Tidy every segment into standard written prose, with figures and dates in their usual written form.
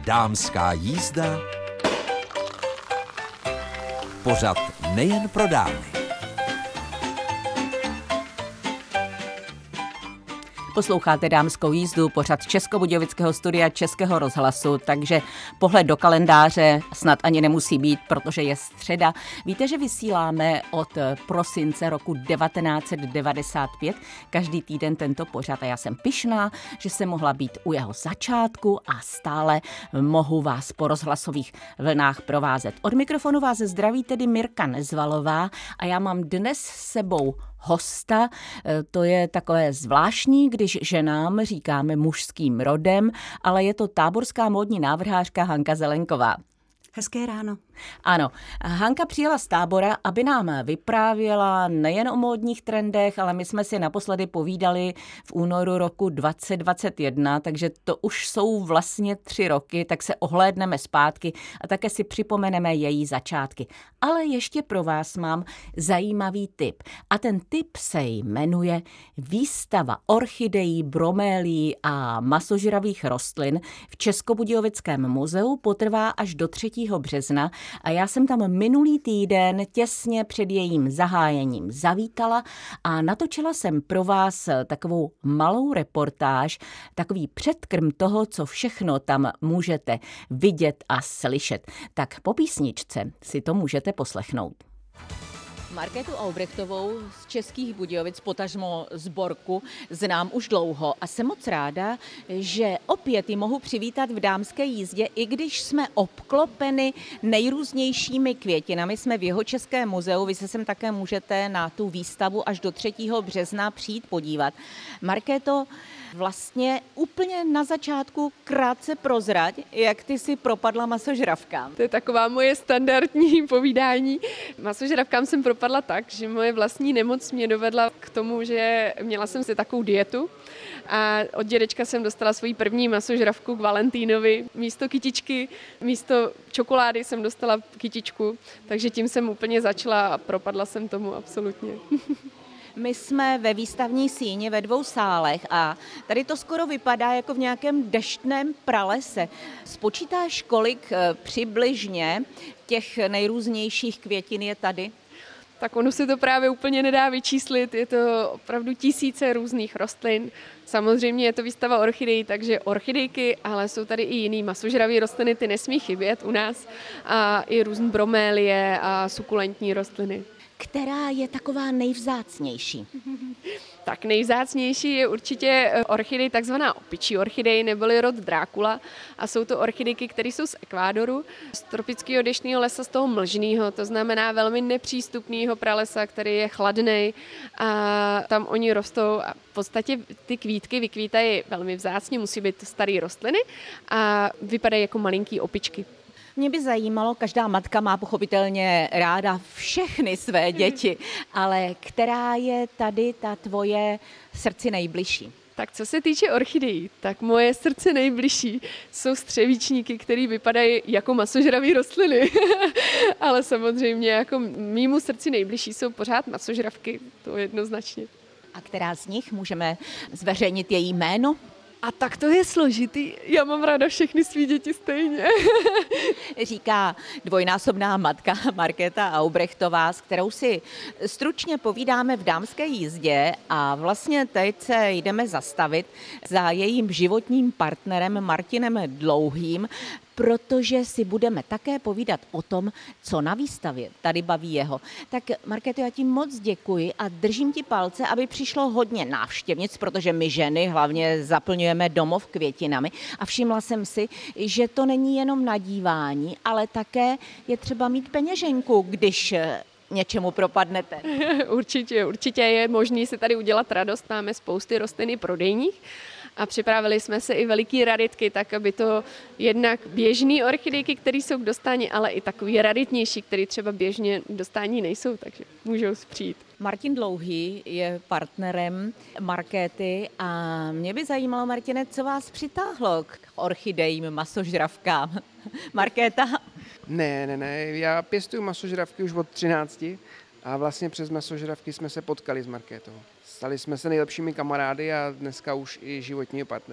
Dámská jízda, pořad nejen pro dámy. Posloucháte Dámskou jízdu, pořad Českobudějovického studia Českého rozhlasu, takže pohled do kalendáře snad ani nemusí být, protože je středa. Víte, že vysíláme od prosince roku 1995 každý týden tento pořad a já jsem pyšná, že jsem mohla být u jeho začátku a stále mohu vás po rozhlasových vlnách provázet. Od mikrofonu vás zdraví tedy Mirka Nezvalová a já mám dnes s sebou hosta. To je takové zvláštní, když ženám říkáme mužským rodem, ale je to táborská módní návrhářka Hanka Zelenková. Hezké ráno. Ano, Hanka přijela z Tábora, aby nám vyprávěla nejen o módních trendech, ale my jsme si naposledy povídali v únoru roku 2021, takže to už jsou vlastně 3 roky, tak se ohlédneme zpátky a také si připomeneme její začátky. Ale ještě pro vás mám zajímavý tip. A ten tip se jmenuje Výstava orchidejí, bromélií a masožravých rostlin v Českobudějovickém muzeu potrvá až do 3. března. A já jsem tam minulý týden těsně před jejím zahájením zavítala a natočila jsem pro vás takovou malou reportáž, takový předkrm toho, co všechno tam můžete vidět a slyšet. Tak po písničce si to můžete poslechnout. Markétu Aubrechtovou z Českých Budějovic, potažmo z Borku, znám už dlouho a jsem moc ráda, že opět ji mohu přivítat v Dámské jízdě, i když jsme obklopeny nejrůznějšími květinami. Jsme v Jihočeském muzeu, vy se sem také můžete na tu výstavu až do 3. března přijít podívat. Markéto, vlastně úplně na začátku krátce prozrať, jak ty si propadla masožravkám. To je taková moje standardní povídání. Masožravkám jsem propadla tak, že moje vlastní nemoc mě dovedla k tomu, že měla jsem si takovou dietu a od dědečka jsem dostala svoji první masožravku k Valentínovi. Místo kytičky, místo čokolády jsem dostala kytičku, takže tím jsem úplně začala a propadla jsem tomu absolutně. My jsme ve výstavní síni ve 2 sálech a tady to skoro vypadá jako v nějakém deštném pralese. Spočítáš, kolik přibližně těch nejrůznějších květin je tady? Tak ono se to právě úplně nedá vyčíslit, je to opravdu tisíce různých rostlin. Samozřejmě je to výstava orchidejí, takže orchidejky, ale jsou tady i jiný masožraví rostliny, ty nesmí chybět u nás a i různé bromélie a sukulentní rostliny. Která je taková nejvzácnější? Tak nejvzácnější je určitě orchidej, takzvaná opičí orchidej, neboli rod Drákula. A jsou to orchidejky, které jsou z Ekvádoru, z tropického deštného lesa, z toho mlžného, to znamená velmi nepřístupného pralesa, který je chladnej a tam oni rostou a v podstatě ty kvítky vykvítají velmi vzácně, musí být staré rostliny a vypadají jako malinký opičky. Mě by zajímalo, každá matka má pochopitelně ráda všechny své děti, ale která je tady ta tvoje srdci nejbližší? Tak co se týče orchidejí, tak moje srdce nejbližší jsou střevíčníky, které vypadají jako masožraví rostliny. Ale samozřejmě jako mýmu srdci nejbližší jsou pořád masožravky, to jednoznačně. A která z nich můžeme zveřejnit její jméno? A tak to je složitý. Já mám ráda všechny svý děti stejně. Říká dvojnásobná matka Markéta Aubrechtová, s kterou si stručně povídáme v Dámské jízdě a vlastně teď se jdeme zastavit za jejím životním partnerem Martinem Dlouhým, protože si budeme také povídat o tom, co na výstavě tady baví jeho. Tak Markéto, já ti moc děkuji a držím ti palce, aby přišlo hodně návštěvnic, protože my ženy hlavně zaplňujeme domov květinami a všimla jsem si, že to není jenom na dívání, ale také je třeba mít peněženku, když něčemu propadnete. Určitě je možný si tady udělat radost, máme spousty rostlin prodejních. A připravili jsme se i veliký raritky, tak aby to jednak běžný orchidejky, které jsou k dostání, ale i takový raritnější, které třeba běžně k dostání nejsou, takže můžou přijít. Martin Dlouhý je partnerem Markéty a mě by zajímalo, Martine, co vás přitáhlo k orchidejím, masožravkám. Markéta? Ne, já pěstuju masožravky už od 13 a vlastně přes masožravky jsme se potkali s Markétou. Stali jsme se nejlepšími kamarády a dneska už i životními partnery.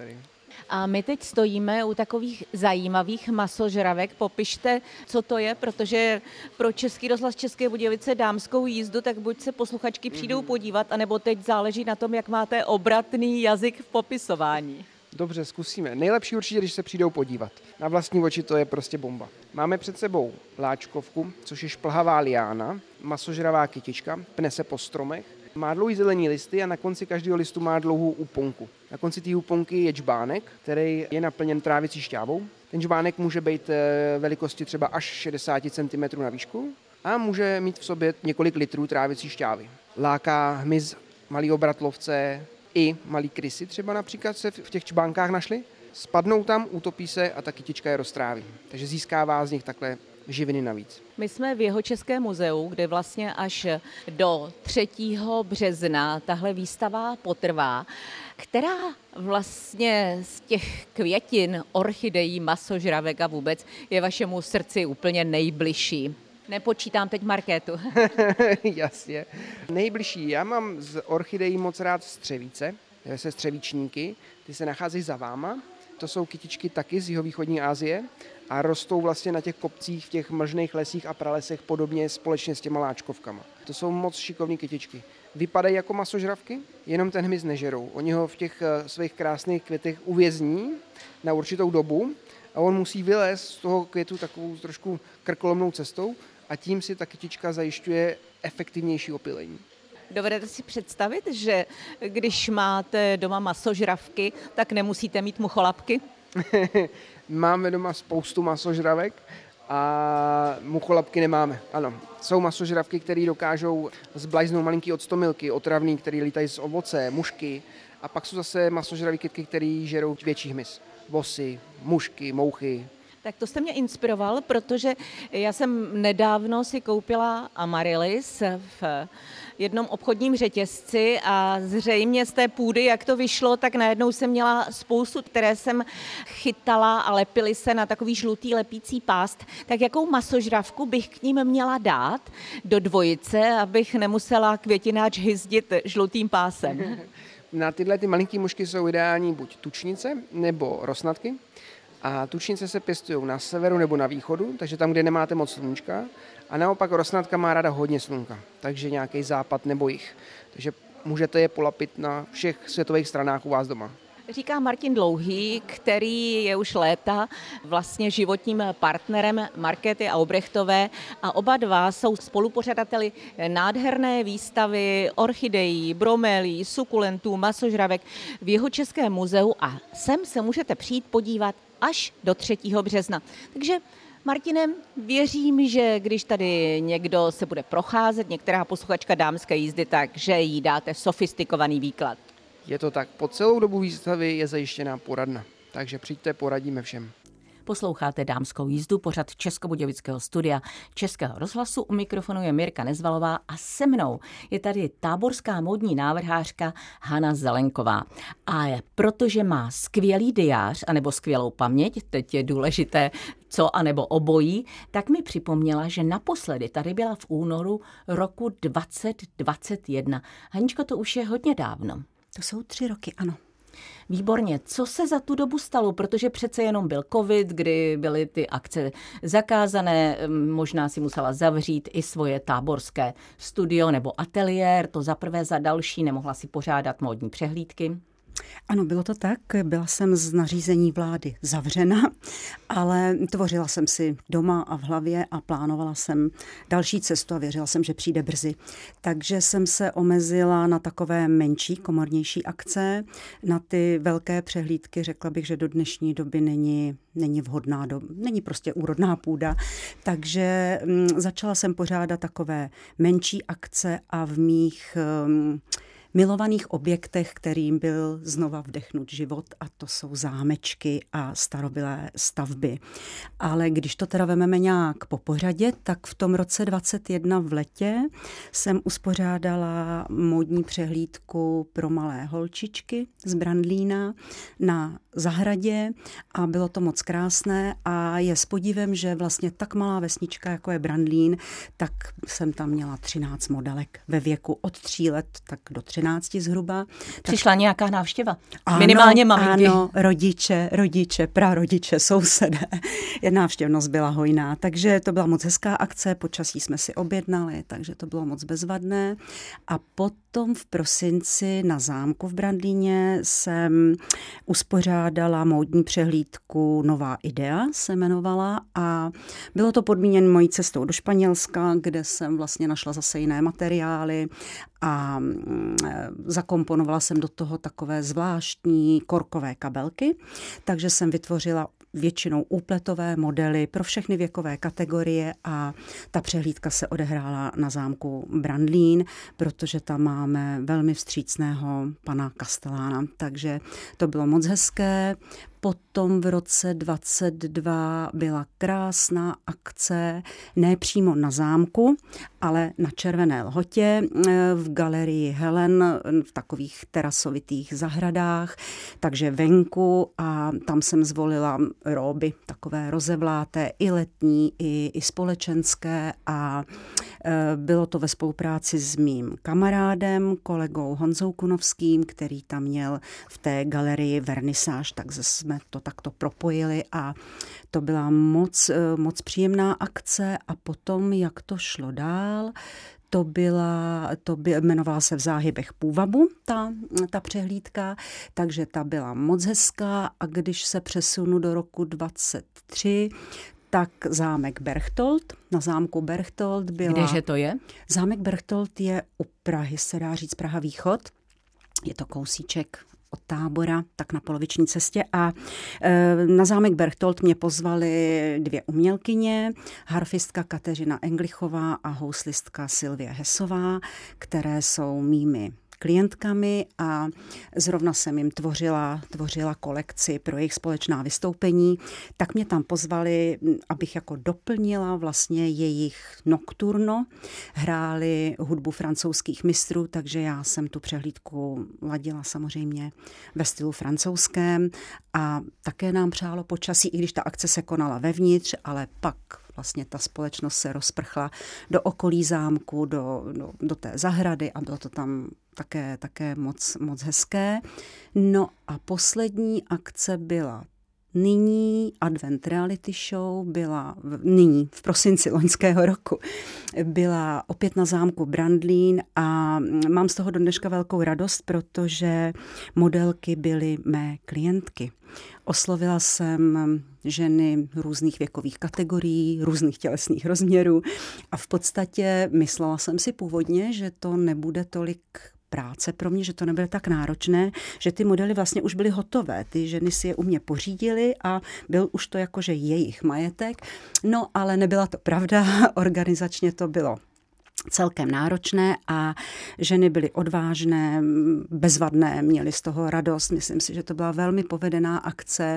A my teď stojíme u takových zajímavých masožravek. Popište, co to je, protože pro Český rozhlas České Budějovice dámskou jízdu, tak buď se posluchačky přijdou podívat, anebo teď záleží na tom, jak máte obratný jazyk v popisování. Dobře, zkusíme. Nejlepší určitě, když se přijdou podívat. Na vlastní oči to je prostě bomba. Máme před sebou láčkovku, což je šplhavá liána, masožravá kytička, pne se po stromech, má dlouhý zelený listy a na konci každého listu má dlouhou úponku. Na konci té úponky je džbánek, který je naplněn trávicí šťávou. Ten džbánek může být velikosti třeba až 60 cm na výšku a může mít v sobě několik litrů trávicí šťávy. Láká hmyz, malý obratlovce i malý krysy třeba například se v těch čbánkách našly. Spadnou tam, utopí se a ta kytička je roztráví. Takže získává z nich takhle živiny navíc. My jsme v Jihočeském muzeu, kde vlastně až do 3. března tahle výstava potrvá, která vlastně z těch květin, orchidejí, masožravek a vůbec je vašemu srdci úplně nejbližší. Nepočítám teď Markétu. Jasně. Nejbližší. Já mám z orchidejí moc rád střevíce, se střevíčníky. Ty se nacházejí za váma. To jsou kytičky taky z jihovýchodní Asie a rostou vlastně na těch kopcích, v těch mlžných lesích a pralesech podobně společně s těma láčkovkama. To jsou moc šikovné kytičky. Vypadají jako masožravky, jenom ten hmyz nežerou. Oni ho v těch svých krásných květech uvězní na určitou dobu a on musí vylézt z toho květu takovou trošku krkolomnou cestou a tím si ta kytička zajišťuje efektivnější opylení. Dovedete si představit, že když máte doma masožravky, tak nemusíte mít mucholapky? Máme doma spoustu masožravek a mucholapky nemáme. Ano, jsou masožravky, které dokážou zblajznout malinký octomilky, otravný, které lítají z ovoce, mušky. A pak jsou zase masožravé kytky, které žerou větší hmyz. Vosy, mušky, mouchy. Tak to jste mě inspiroval, protože já jsem nedávno si koupila amaryllis v jednom obchodním řetězci a zřejmě z té půdy, jak to vyšlo, tak najednou jsem měla spoustu, které jsem chytala a lepily se na takový žlutý lepící pást. Tak jakou masožravku bych k ním měla dát do dvojice, abych nemusela květináč hyzdit žlutým pásem? Na tyhle ty malinký mušky jsou ideální buď tučnice nebo rosnatky. A tučnice se pěstují na severu nebo na východu, takže tam, kde nemáte moc sluníčka. A naopak rosnatka má ráda hodně slunka, takže nějaký západ nebo jih. Takže můžete je polapit na všech světových stranách u vás doma. Říká Martin Dlouhý, který je už léta vlastně životním partnerem Markéty Aubrechtové a oba dva jsou spolupořadateli nádherné výstavy orchidejí, bromelí, sukulentů, masožravek v Jihočeském muzeu a sem se můžete přijít podívat až do 3. března. Takže Martinem, věřím, že když tady někdo se bude procházet, některá posluchačka dámské jízdy, takže jí dáte sofistikovaný výklad. Je to tak, po celou dobu výstavy je zajištěná poradna, takže přijďte, poradíme všem. Posloucháte Dámskou jízdu, pořad Českobudějovického studia Českého rozhlasu. U mikrofonu je Mirka Nezvalová a se mnou je tady táborská módní návrhářka Hana Zelenková. A protože má skvělý diář anebo skvělou paměť, teď je důležité co anebo obojí, tak mi připomněla, že naposledy tady byla v únoru roku 2021. Haničko, to už je hodně dávno. To jsou 3 roky, ano. Výborně. Co se za tu dobu stalo? Protože přece jenom byl covid, kdy byly ty akce zakázané, možná si musela zavřít i svoje táborské studio nebo ateliér, to za prvé, za další, nemohla si pořádat módní přehlídky. Ano, bylo to tak. Byla jsem z nařízení vlády zavřena, ale tvořila jsem si doma a v hlavě a plánovala jsem další cestu a věřila jsem, že přijde brzy. Takže jsem se omezila na takové menší, komornější akce. Na ty velké přehlídky řekla bych, že do dnešní doby není vhodná, není prostě úrodná půda. Takže začala jsem pořádat takové menší akce a v mých milovaných objektech, kterým byl znova vdechnut život, a to jsou zámečky a starobylé stavby. Ale když to teda vememe nějak po pořadě, tak v tom roce 2021 v letě jsem uspořádala módní přehlídku pro malé holčičky z Brandlína na zahradě a bylo to moc krásné a je s podívem, že vlastně tak malá vesnička, jako je Brandlín, tak jsem tam měla 13 modelek ve věku od 3 let tak do 13 zhruba. Přišla nějaká návštěva? Minimálně maminky. Ano, rodiče, prarodiče, sousedé. Návštěvnost byla hojná, takže to byla moc hezká akce, počasí jsme si objednali, takže to bylo moc bezvadné. A potom v prosinci na zámku v Brandlíně jsem uspořádala módní přehlídku Nová idea, se jmenovala, a bylo to podmíněno mojí cestou do Španělska, kde jsem vlastně našla zase jiné materiály a zakomponovala jsem do toho takové zvláštní korkové kabelky, takže jsem vytvořila většinou úpletové modely pro všechny věkové kategorie a ta přehlídka se odehrála na zámku Brandlín, protože tam máme velmi vstřícného pana Kastelána, takže to bylo moc hezké. Potom v roce 2022 byla krásná akce, ne přímo na zámku, ale na Červené Lhotě v galerii Helen v takových terasovitých zahradách, takže venku, a tam jsem zvolila róby takové rozevláté, i letní, i společenské, a bylo to ve spolupráci s mým kamarádem, kolegou Honzou Kunovským, který tam měl v té galerii vernisáž, tak jsme to takto propojili a to byla moc příjemná akce. A potom, jak to šlo dál, jmenovala se V záhybech půvabu, ta přehlídka, takže ta byla moc hezká. A když se přesunu do roku 2023, tak zámek Berchtold, na zámku Berchtold byla... Kdeže to je? Zámek Berchtold je u Prahy, se dá říct Praha východ. Je to kousíček od Tábora, tak na poloviční cestě. A na zámek Berchtold mě pozvali 2 umělkyně, harfistka Kateřina Englichová a houslistka Sylvie Hesová, které jsou mými klientkami, a zrovna jsem jim tvořila kolekci pro jejich společná vystoupení, tak mě tam pozvali, abych jako doplnila vlastně jejich nocturno. Hráli hudbu francouzských mistrů, takže já jsem tu přehlídku ladila samozřejmě ve stylu francouzském a také nám přálo počasí, i když ta akce se konala vevnitř, ale pak vlastně ta společnost se rozprchla do okolí zámku, do té zahrady a bylo to tam také moc hezké. No a poslední akce byla nyní, Advent Reality Show, byla nyní v prosinci loňského roku. Byla opět na zámku Brandlín a mám z toho do dneška velkou radost, protože modelky byly mé klientky. Oslovila jsem ženy různých věkových kategorií, různých tělesných rozměrů a v podstatě myslela jsem si původně, že to nebude tolik práce pro mě, že to nebude tak náročné, že ty modely vlastně už byly hotové. Ty ženy si je u mě pořídily a byl už to jakože jejich majetek. No, ale nebyla to pravda, organizačně to bylo celkem náročné a ženy byly odvážné, bezvadné, měly z toho radost. Myslím si, že to byla velmi povedená akce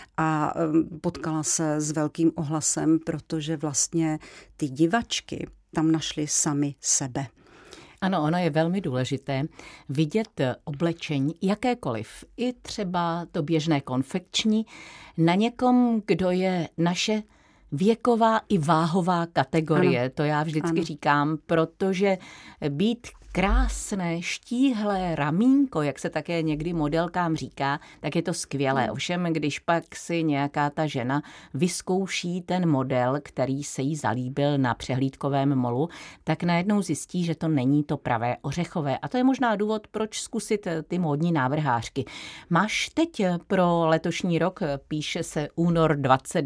a potkala se s velkým ohlasem, protože vlastně ty divačky tam našly sami sebe. Ano, ono je velmi důležité vidět oblečení jakékoliv, i třeba to běžné konfekční, na někom, kdo je naše věková i váhová kategorie. Ano. To já vždycky říkám, protože být krásné, štíhlé ramínko, jak se také někdy modelkám říká, tak je to skvělé. Ovšem, když pak si nějaká ta žena vyzkouší ten model, který se jí zalíbil na přehlídkovém molu, tak najednou zjistí, že to není to pravé ořechové. A to je možná důvod, proč zkusit ty módní návrhářky. Máš teď pro letošní rok, píše se únor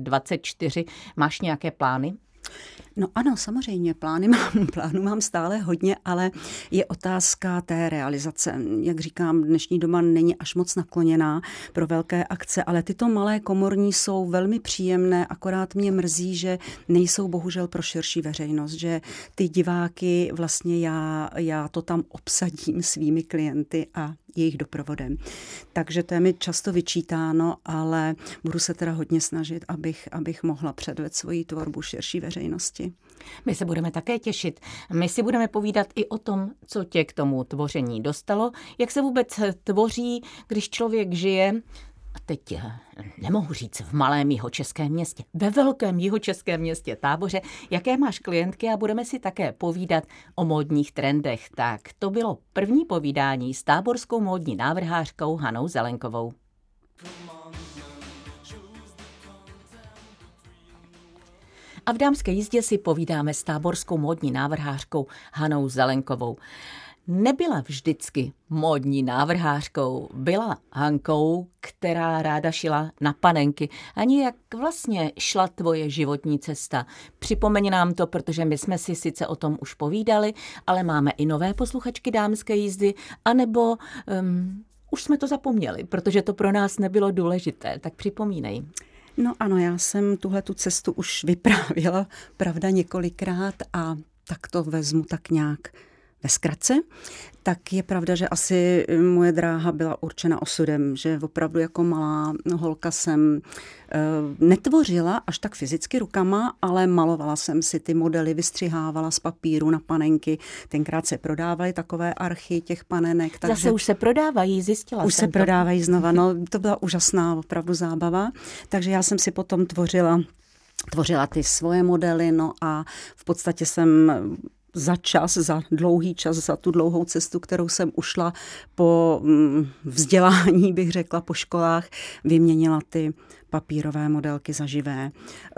2024, máš nějaké plány? No ano, samozřejmě, plánu mám stále hodně, ale je otázka té realizace. Jak říkám, dnešní doba není až moc nakloněná pro velké akce, ale tyto malé komorní jsou velmi příjemné, akorát mě mrzí, že nejsou bohužel pro širší veřejnost, že ty diváky vlastně já to tam obsadím svými klienty a jejich doprovodem. Takže to je mi často vyčítáno, ale budu se teda hodně snažit, abych mohla předvést svoji tvorbu širší veřejnosti. My se budeme také těšit. My si budeme povídat i o tom, co tě k tomu tvoření dostalo, jak se vůbec tvoří, když člověk žije teď nemohu říct v malém jihočeském městě, ve velkém jihočeském městě Táboře, jaké máš klientky a budeme si také povídat o módních trendech. Tak to bylo první povídání s táborskou módní návrhářkou Hanou Zelenkovou. A v dámské jízdě si povídáme s táborskou módní návrhářkou Hanou Zelenkovou. Nebyla vždycky módní návrhářkou, byla Hankou, která ráda šila na panenky. Ani jak vlastně šla tvoje životní cesta? Připomeň nám to, protože my jsme si sice o tom už povídali, ale máme i nové posluchačky dámské jízdy, anebo už jsme to zapomněli, protože to pro nás nebylo důležité. Tak připomínej. No ano, já jsem tuhletu cestu už vyprávěla, pravda, několikrát a tak to vezmu tak nějak ve zkratce. Tak je pravda, že asi moje dráha byla určena osudem, že opravdu jako malá holka jsem netvořila až tak fyzicky rukama, ale malovala jsem si ty modely, vystřihávala z papíru na panenky. Tenkrát se prodávaly takové archy těch panenek. Takže zase už se prodávají, zjistila už jsem se prodávají znova, no to byla úžasná opravdu zábava. Takže já jsem si potom tvořila ty svoje modely, no a v podstatě jsem za dlouhý čas, za tu dlouhou cestu, kterou jsem ušla po vzdělání, bych řekla, po školách, vyměnila ty papírové modelky za živé.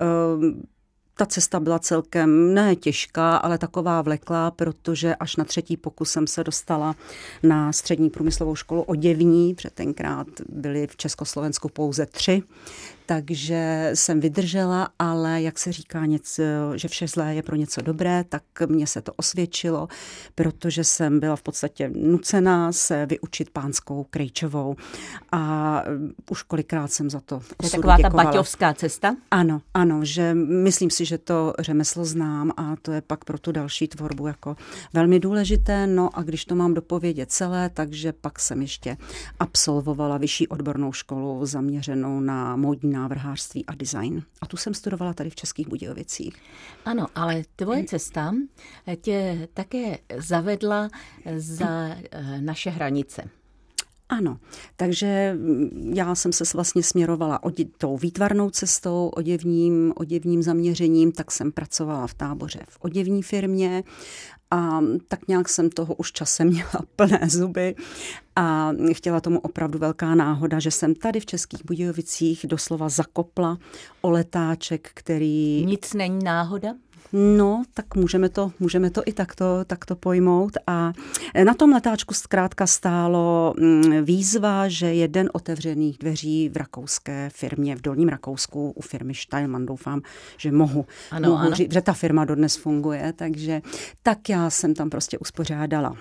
Ta cesta byla celkem ne těžká, ale taková vleklá, protože až na 3. pokus jsem se dostala na střední průmyslovou školu oděvní, protože tenkrát byly v Československu pouze 3. Takže jsem vydržela, ale jak se říká, že vše zlé je pro něco dobré, tak mně se to osvědčilo, protože jsem byla v podstatě nucená se vyučit pánskou krejčovou a už kolikrát jsem za to osudu děkovala. Ta baťovská cesta? Ano, že myslím si, že to řemeslo znám a to je pak pro tu další tvorbu jako velmi důležité. No a když to mám dopovědět celé, takže pak jsem ještě absolvovala vyšší odbornou školu zaměřenou na módní návrhářství a design. A tu jsem studovala tady v Českých Budějovicích. Ano, ale tvoje cesta tě také zavedla za naše hranice. Ano, takže já jsem se vlastně směrovala tou výtvarnou cestou, oděvním zaměřením, tak jsem pracovala v Táboře v oděvní firmě a tak nějak jsem toho už časem měla plné zuby a chtěla tomu opravdu velká náhoda, že jsem tady v Českých Budějovicích doslova zakopla o letáček, který... Nic není náhoda? No, tak můžeme to i takto pojmout. A na tom letáčku zkrátka stálo výzva, že jeden otevřených dveří v rakouské firmě, v Dolním Rakousku, u firmy Steilmann, doufám, že mohu říct, že ta firma dodnes funguje, takže tak já jsem tam prostě uspořádala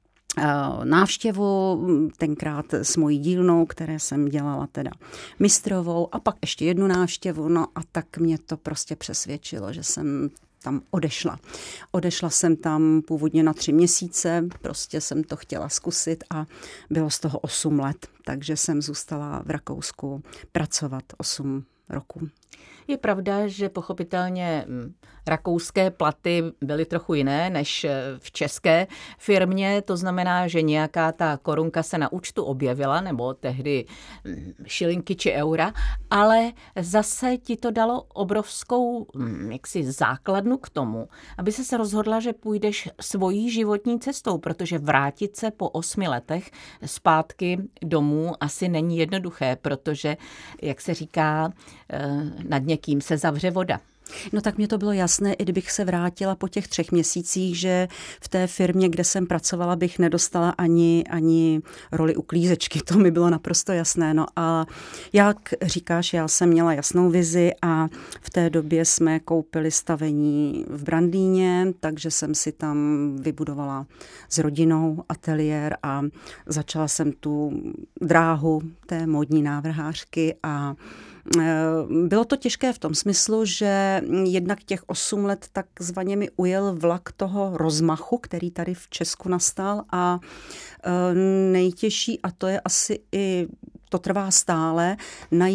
návštěvu, tenkrát s mojí dílnou, které jsem dělala teda mistrovou a pak ještě jednu návštěvu, no a tak mě to prostě přesvědčilo, že jsem tam odešla. Odešla jsem tam původně na 3 měsíce, prostě jsem to chtěla zkusit a bylo z toho 8 let, takže jsem zůstala v Rakousku pracovat 8 roků. Je pravda, že pochopitelně rakouské platy byly trochu jiné než v české firmě, to znamená, že nějaká ta korunka se na účtu objevila, nebo tehdy šilinky či eura, ale zase ti to dalo obrovskou základnu k tomu, aby se rozhodla, že půjdeš svojí životní cestou, protože vrátit se po 8 letech zpátky domů asi není jednoduché, protože, jak se říká, nad někým se zavře voda. No tak mně to bylo jasné, i kdybych se vrátila po těch 3 měsících, že v té firmě, kde jsem pracovala, bych nedostala ani roli uklízečky. To mi bylo naprosto jasné. No a jak říkáš, já jsem měla jasnou vizi a v té době jsme koupili stavení v Brandýně, takže jsem si tam vybudovala s rodinou ateliér a začala jsem tu dráhu té módní návrhářky a bylo to těžké v tom smyslu, že jednak těch 8 let takzvaně mi ujel vlak toho rozmachu, který tady v Česku nastal a nejtěžší, a to je asi i, to trvá stále, najít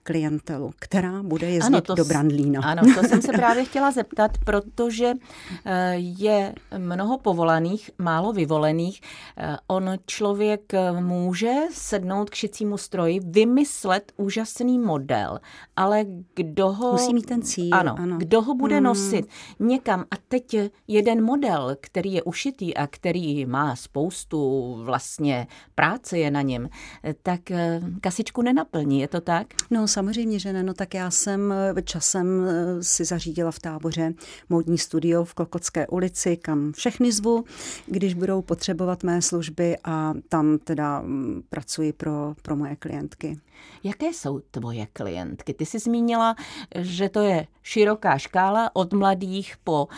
klientelu, která bude jezdit do Brandlína. Ano, to jsem se právě chtěla zeptat, protože je mnoho povolaných, málo vyvolených. On člověk může sednout k šicímu stroji, vymyslet úžasný model, ale kdo ho... Musí mít ten cíl. Ano. Kdo ho bude nosit někam. A teď jeden model, který je ušitý a který má spoustu vlastně práce je na něm, tak kasičku nenaplní, je to tak? No samozřejmě, že ne. No tak já jsem časem si zařídila v Táboře módní studio v Klokotské ulici, kam všechny zvu, když budou potřebovat mé služby, a tam teda pracuji pro moje klientky. Jaké jsou tvoje klientky? Ty jsi zmínila, že to je široká škála od mladých po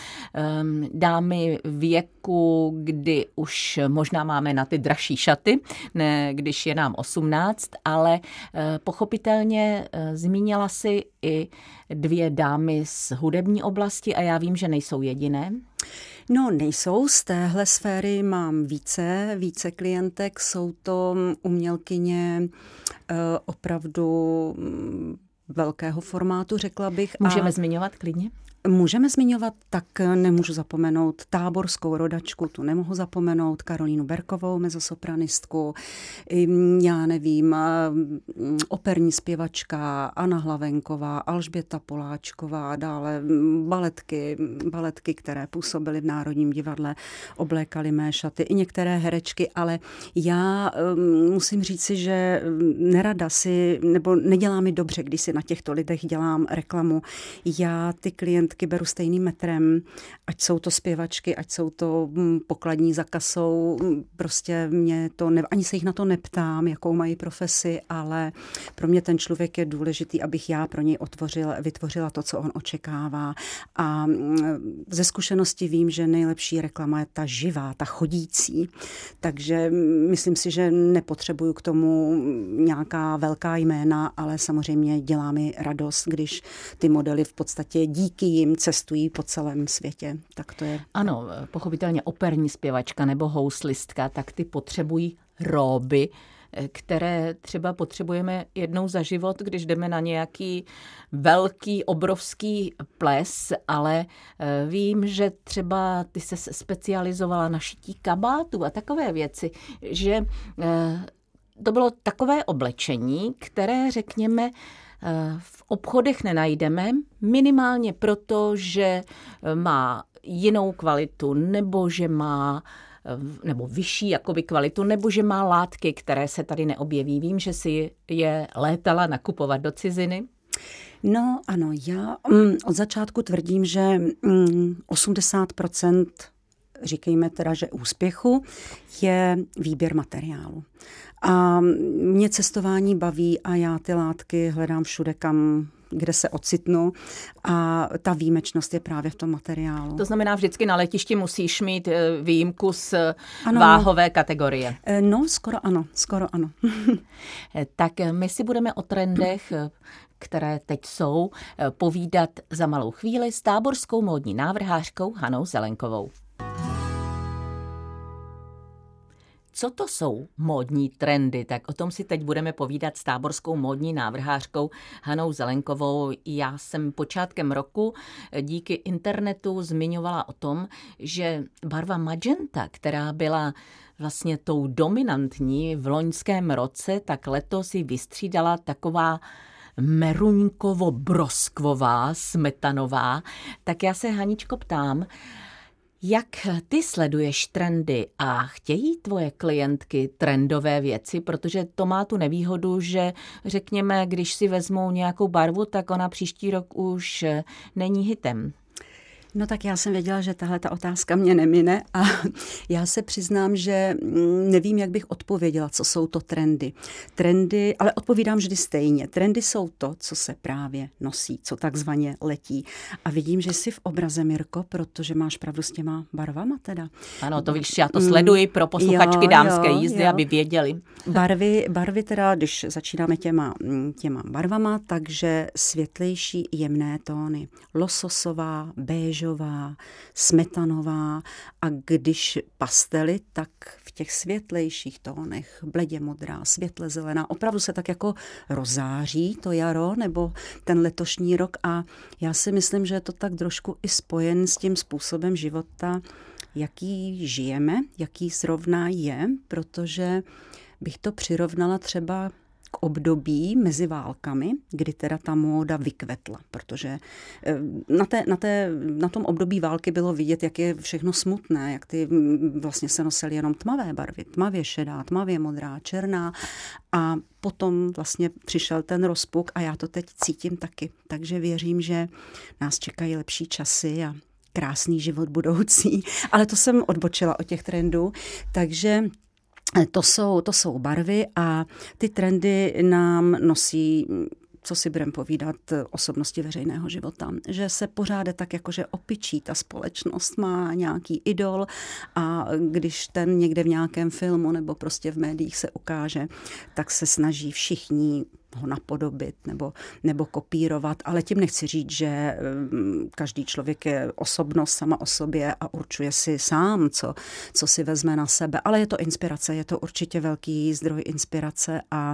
dámy věku, kdy už možná máme na ty dražší šaty, ne když je nám 18, ale pochopitelně zmínila si i 2 dámy z hudební oblasti a já vím, že nejsou jediné. No, nejsou. Z téhle sféry mám více klientek. Jsou to umělkyně opravdu velkého formátu, řekla bych. Můžeme zmiňovat klidně? Můžeme zmiňovat, tak nemůžu zapomenout táborskou rodačku, tu nemohu zapomenout, Karolínu Berkovou, mezosopranistku, já nevím, operní zpěvačka Anna Hlavenková, Alžběta Poláčková, dále baletky, které působily v Národním divadle, oblékaly mé šaty, i některé herečky, ale já musím říci, že nerada si, nebo nedělá mi dobře, když si na těchto lidech dělám reklamu. Já ty klientky beru stejným metrem, ať jsou to zpěvačky, ať jsou to pokladní za kasou, prostě mě to, ani se jich na to neptám, jakou mají profesi, ale pro mě ten člověk je důležitý, abych já pro něj vytvořila to, co on očekává. A ze zkušenosti vím, že nejlepší reklama je ta živá, ta chodící, takže myslím si, že nepotřebuju k tomu nějaká velká jména, ale samozřejmě dělá mi radost, když ty modely v podstatě díky jim cestují po celém světě. Tak to je. Ano, pochopitelně operní zpěvačka nebo houslistka, tak ty potřebují róby, které třeba potřebujeme jednou za život, když jdeme na nějaký velký, obrovský ples, ale vím, že třeba ty se specializovala na šití kabátů a takové věci, že to bylo takové oblečení, které, řekněme, v obchodech nenajdeme, minimálně proto, že má jinou kvalitu, nebo že má nebo vyšší jakoby kvalitu, nebo že má látky, které se tady neobjeví. Vím, že si je létala nakupovat do ciziny. No ano, já od začátku tvrdím, že 80%, říkejme teda, že úspěchu je výběr materiálu. A mě cestování baví a já ty látky hledám všude, kde se ocitnu, a ta výjimečnost je právě v tom materiálu. To znamená, vždycky na letišti musíš mít výjimku z váhové kategorie. No, skoro ano. Tak my si budeme o trendech, které teď jsou, povídat za malou chvíli s táborskou módní návrhářkou Hanou Zelenkovou. Co to jsou módní trendy? Tak o tom si teď budeme povídat s táborskou módní návrhářkou Hanou Zelenkovou. Já jsem počátkem roku díky internetu zmiňovala o tom, že barva magenta, která byla vlastně tou dominantní v loňském roce, tak letos ji vystřídala taková meruňkovo-broskvová, smetanová. Tak já se, Haničko, ptám, jak ty sleduješ trendy a chtějí tvoje klientky trendové věci, protože to má tu nevýhodu, že řekněme, když si vezmou nějakou barvu, tak ona příští rok už není hitem. No tak já jsem věděla, že tahle ta otázka mě nemine a já se přiznám, že nevím, jak bych odpověděla, co jsou to trendy. Trendy, ale odpovídám vždy stejně. Trendy jsou to, co se právě nosí, co takzvaně letí. A vidím, že jsi v obraze, Mirko, protože máš pravdu s těma barvama teda. Ano, to víš, já to sleduji pro posluchačky dámské jízdy, aby věděli. Barvy teda, když začínáme těma barvama, takže světlejší jemné tóny. Lososová, béž, béžová, smetanová a když pastely, tak v těch světlejších tónech, bledě modrá, světle zelená, opravdu se tak jako rozáří to jaro nebo ten letošní rok a já si myslím, že je to tak trošku i spojen s tím způsobem života, jaký žijeme, jaký zrovna je, protože bych to přirovnala třeba k období mezi válkami, kdy teda ta móda vykvetla, protože na tom období války bylo vidět, jak je všechno smutné, jak ty vlastně se nosily jenom tmavé barvy, tmavě šedá, tmavě modrá, černá a potom vlastně přišel ten rozpuk a já to teď cítím taky, takže věřím, že nás čekají lepší časy a krásný život budoucí, ale to jsem odbočila od těch trendů, takže to jsou barvy a ty trendy nám nosí, co si budeme povídat, osobnosti veřejného života. Že se pořád tak jakože opičí ta společnost, má nějaký idol a když ten někde v nějakém filmu nebo prostě v médiích se ukáže, tak se snaží všichni ho napodobit nebo kopírovat, ale tím nechci říct, že každý člověk je osobnost sama o sobě a určuje si sám, co si vezme na sebe, ale je to inspirace, je to určitě velký zdroj inspirace a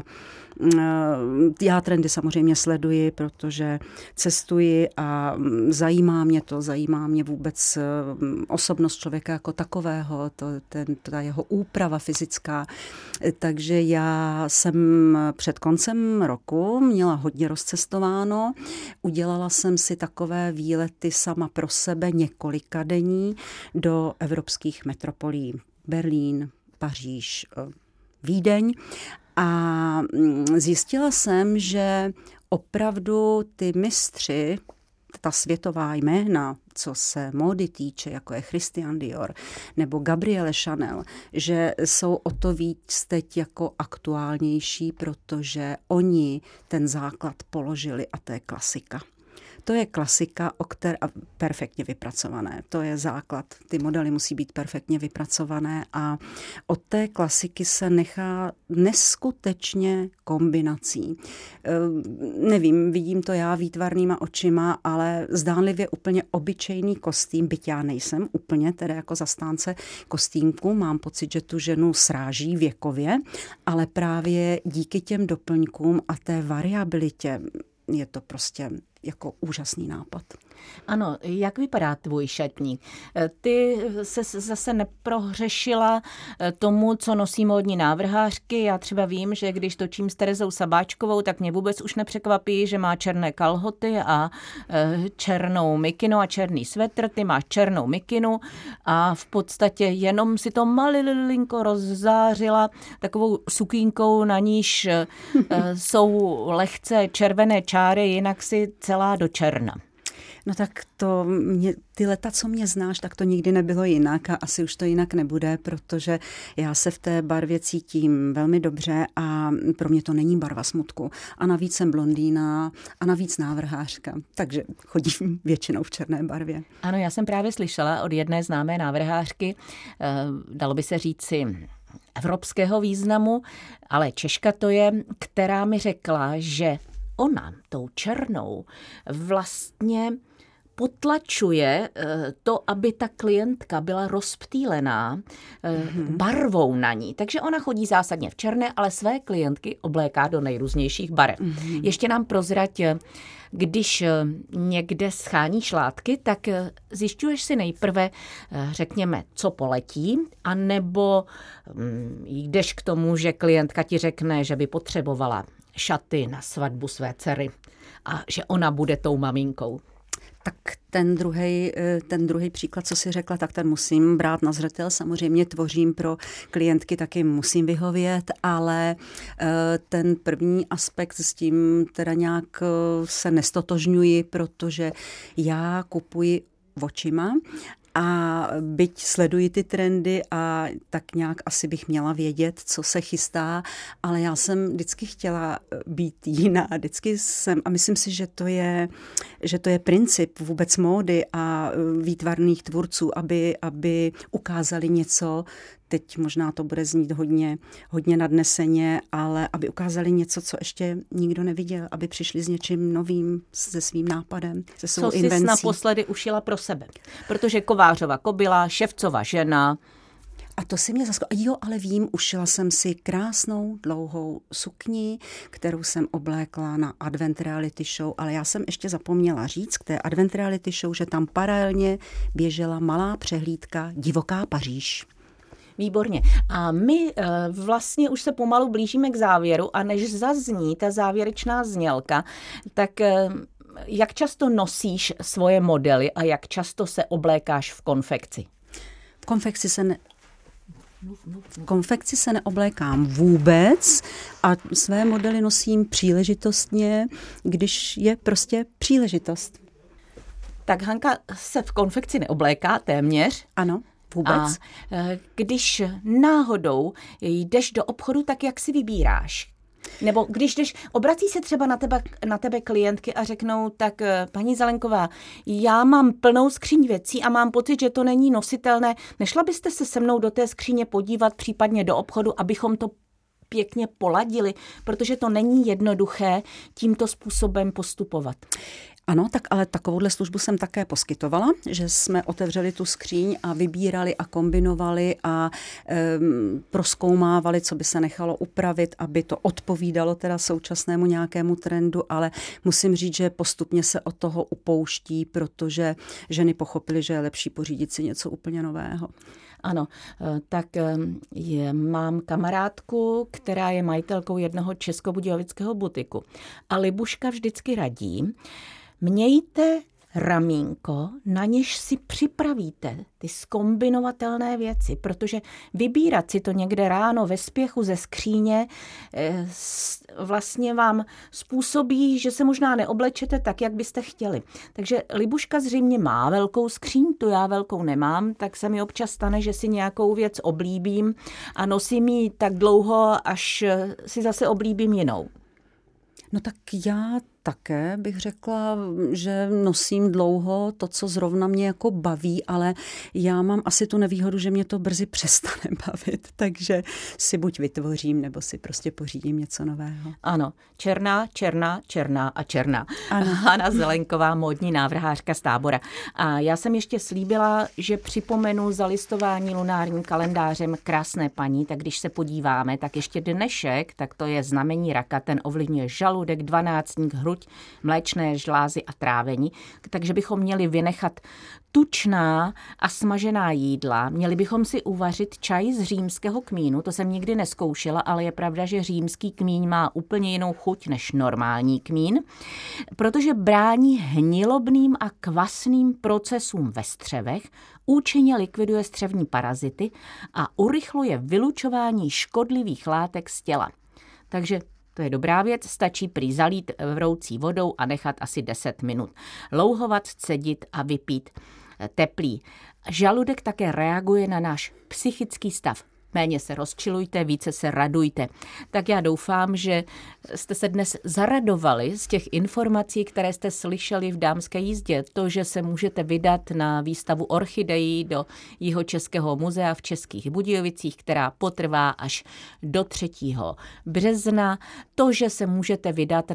já trendy samozřejmě sleduji, protože cestuji a zajímá mě vůbec osobnost člověka jako takového, ta jeho úprava fyzická, takže já jsem před koncem roku měla hodně rozcestováno, udělala jsem si takové výlety sama pro sebe několikadenní do evropských metropolí. Berlín, Paříž, Vídeň a zjistila jsem, že opravdu ty mistři, ta světová jména, co se módy týče, jako je Christian Dior nebo Gabrielle Chanel, že jsou o to víc teď jako aktuálnější, protože oni ten základ položili a to je klasika. To je klasika, perfektně vypracované. To je základ. Ty modely musí být perfektně vypracované a od té klasiky se nechá neskutečně kombinací. Nevím, vidím to já výtvarnýma očima, ale zdánlivě úplně obyčejný kostým, byť já nejsem úplně teda jako zastánce kostýmku, mám pocit, že tu ženu sráží věkově, ale právě díky těm doplňkům a té variabilitě je to prostě jako úžasný nápad. Ano, jak vypadá tvůj šatník? Ty se zase neprohřešila tomu, co nosí módní návrhářky. Já třeba vím, že když točím s Terezou Sabáčkovou, tak mě vůbec už nepřekvapí, že má černé kalhoty a černou mikinu a černý svetr. Ty máš černou mikinu a v podstatě jenom si to malilinko rozzářila takovou sukínkou, na níž jsou lehce červené čáry, jinak si celá do černa. No tak ty leta, co mě znáš, tak to nikdy nebylo jinak a asi už to jinak nebude, protože já se v té barvě cítím velmi dobře a pro mě to není barva smutku. A navíc jsem blondýna a navíc návrhářka, takže chodím většinou v černé barvě. Ano, já jsem právě slyšela od jedné známé návrhářky, dalo by se říci evropského významu, ale Češka to je, která mi řekla, že ona tou černou vlastně potlačuje to, aby ta klientka byla rozptýlená barvou na ní. Takže ona chodí zásadně v černé, ale své klientky obléká do nejrůznějších barev. Ještě nám prozrať, když někde scháníš látky, tak zjišťuješ si nejprve, řekněme, co poletí, anebo jdeš k tomu, že klientka ti řekne, že by potřebovala šaty na svatbu své dcery a že ona bude tou maminkou. Tak ten druhý příklad, co jsi řekla, tak ten musím brát na zřetel. Samozřejmě tvořím pro klientky, taky musím vyhovět, ale ten první aspekt s tím teda nějak se nestotožňuji, protože já kupuji očima a byť sleduji ty trendy a tak nějak asi bych měla vědět, co se chystá, ale já jsem vždycky chtěla být jiná, a myslím si, že to je princip vůbec módy a výtvarných tvůrců, aby ukázali něco teď možná to bude znít hodně nadneseně, ale aby ukázali něco, co ještě nikdo neviděl, aby přišli s něčím novým, se svým nápadem, se svou invencí. Co jsi naposledy ušila pro sebe? Protože Kovářova kobyla, Ševcova žena. A to si mě jo, ale vím, ušila jsem si krásnou dlouhou sukni, kterou jsem oblékla na Advent Reality Show, ale já jsem ještě zapomněla říct k té Advent Reality Show, že tam paralelně běžela malá přehlídka Divoká Paříž. Výborně. A my vlastně už se pomalu blížíme k závěru a než zazní ta závěrečná znělka, tak jak často nosíš svoje modely a jak často se oblékáš v konfekci? V konfekci se neoblékám vůbec a své modely nosím příležitostně, když je prostě příležitost. Tak Hanka se v konfekci neobléká téměř. Ano, vůbec. A když náhodou jdeš do obchodu, tak jak si vybíráš? Nebo když jdeš, obrací se třeba na tebe klientky a řeknou, tak paní Zelenková, já mám plnou skříň věcí a mám pocit, že to není nositelné. Nešla byste se se mnou do té skříně podívat, případně do obchodu, abychom to pěkně poladili, protože to není jednoduché tímto způsobem postupovat. Ano, tak ale takovouhle službu jsem také poskytovala, že jsme otevřeli tu skříň a vybírali a kombinovali a prozkoumávali, co by se nechalo upravit, aby to odpovídalo teda současnému nějakému trendu, ale musím říct, že postupně se od toho upouští, protože ženy pochopily, že je lepší pořídit si něco úplně nového. Ano, tak mám kamarádku, která je majitelkou jednoho českobudějovického butiku. A Libuška vždycky radí, mějte ramínko, na něž si připravíte ty zkombinovatelné věci, protože vybírat si to někde ráno ve spěchu ze skříně vlastně vám způsobí, že se možná neoblečete tak, jak byste chtěli. Takže Libuška zřejmě má velkou skříň, tu já velkou nemám, tak se mi občas stane, že si nějakou věc oblíbím a nosím ji tak dlouho, až si zase oblíbím jinou. No tak já také bych řekla, že nosím dlouho to, co zrovna mě jako baví, ale já mám asi tu nevýhodu, že mě to brzy přestane bavit, takže si buď vytvořím, nebo si prostě pořídím něco nového. Ano, černá a černá. Ano. Hana Zelenková, módní návrhářka z Tábora. A já jsem ještě slíbila, že připomenu zalistování lunárním kalendářem krásné paní, tak když se podíváme, tak ještě dnešek, tak to je znamení raka, ten ovlivňuje žaludek, dvanáctník, hruď, mléčné žlázy a trávení, takže bychom měli vynechat tučná a smažená jídla. Měli bychom si uvařit čaj z římského kmínu, to jsem nikdy nezkoušela, ale je pravda, že římský kmín má úplně jinou chuť než normální kmín, protože brání hnilobným a kvasným procesům ve střevech, účinně likviduje střevní parazity a urychluje vylučování škodlivých látek z těla. Takže to je dobrá věc, stačí prý zalít vroucí vodou a nechat asi 10 minut. Louhovat, cedit a vypít teplý. Žaludek také reaguje na náš psychický stav. Méně se rozčilujte, více se radujte. Tak já doufám, že jste se dnes zaradovali z těch informací, které jste slyšeli v Dámské jízdě. To, že se můžete vydat na výstavu orchidejí do Jihočeského muzea v Českých Budějovicích, která potrvá až do 3. března. To, že se můžete vydat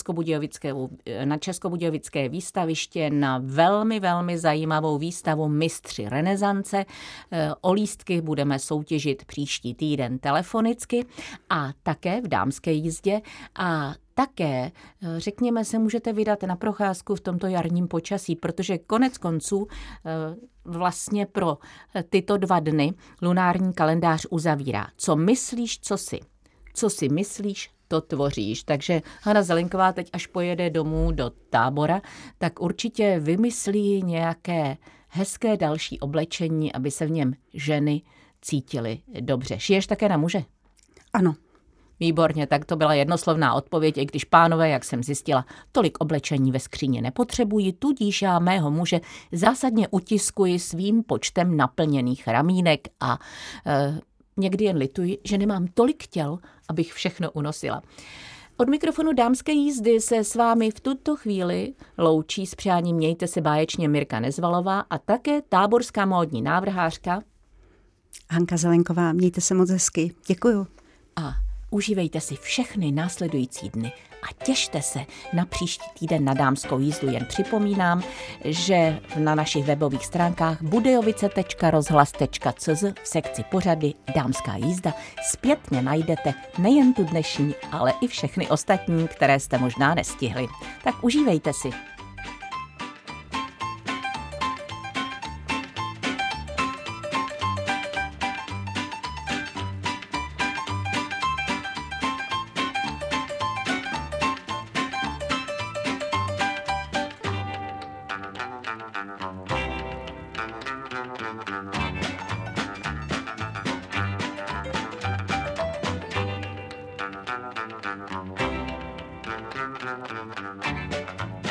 na Českobudějovické výstaviště na velmi, velmi zajímavou výstavu Mistři renesance. O lístky budeme soutěžit příští týden telefonicky a také v Dámské jízdě a také, řekněme, se můžete vydat na procházku v tomto jarním počasí, protože konec konců vlastně pro tyto 2 dny lunární kalendář uzavírá. Co myslíš, co si myslíš, to tvoříš. Takže Hana Zelenková teď, až pojede domů do Tábora, tak určitě vymyslí nějaké hezké další oblečení, aby se v něm ženy cítili dobře. Šiješ také na muže? Ano. Výborně, tak to byla jednoslovná odpověď, i když pánové, jak jsem zjistila, tolik oblečení ve skříně nepotřebují, tudíž já mého muže zásadně utiskuji svým počtem naplněných ramínek a někdy jen lituji, že nemám tolik těl, abych všechno unosila. Od mikrofonu Dámské jízdy se s vámi v tuto chvíli loučí s přáním mějte se báječně Mirka Nezvalová a také táborská módní návrhářka Hanka Zelenková, mějte se moc hezky. Děkuju. A užívejte si všechny následující dny a těšte se na příští týden na dámskou jízdu. Jen připomínám, že na našich webových stránkách budějovice.rozhlas.cz v sekci pořady Dámská jízda zpětně najdete nejen tu dnešní, ale i všechny ostatní, které jste možná nestihli. Tak užívejte si. Thank you.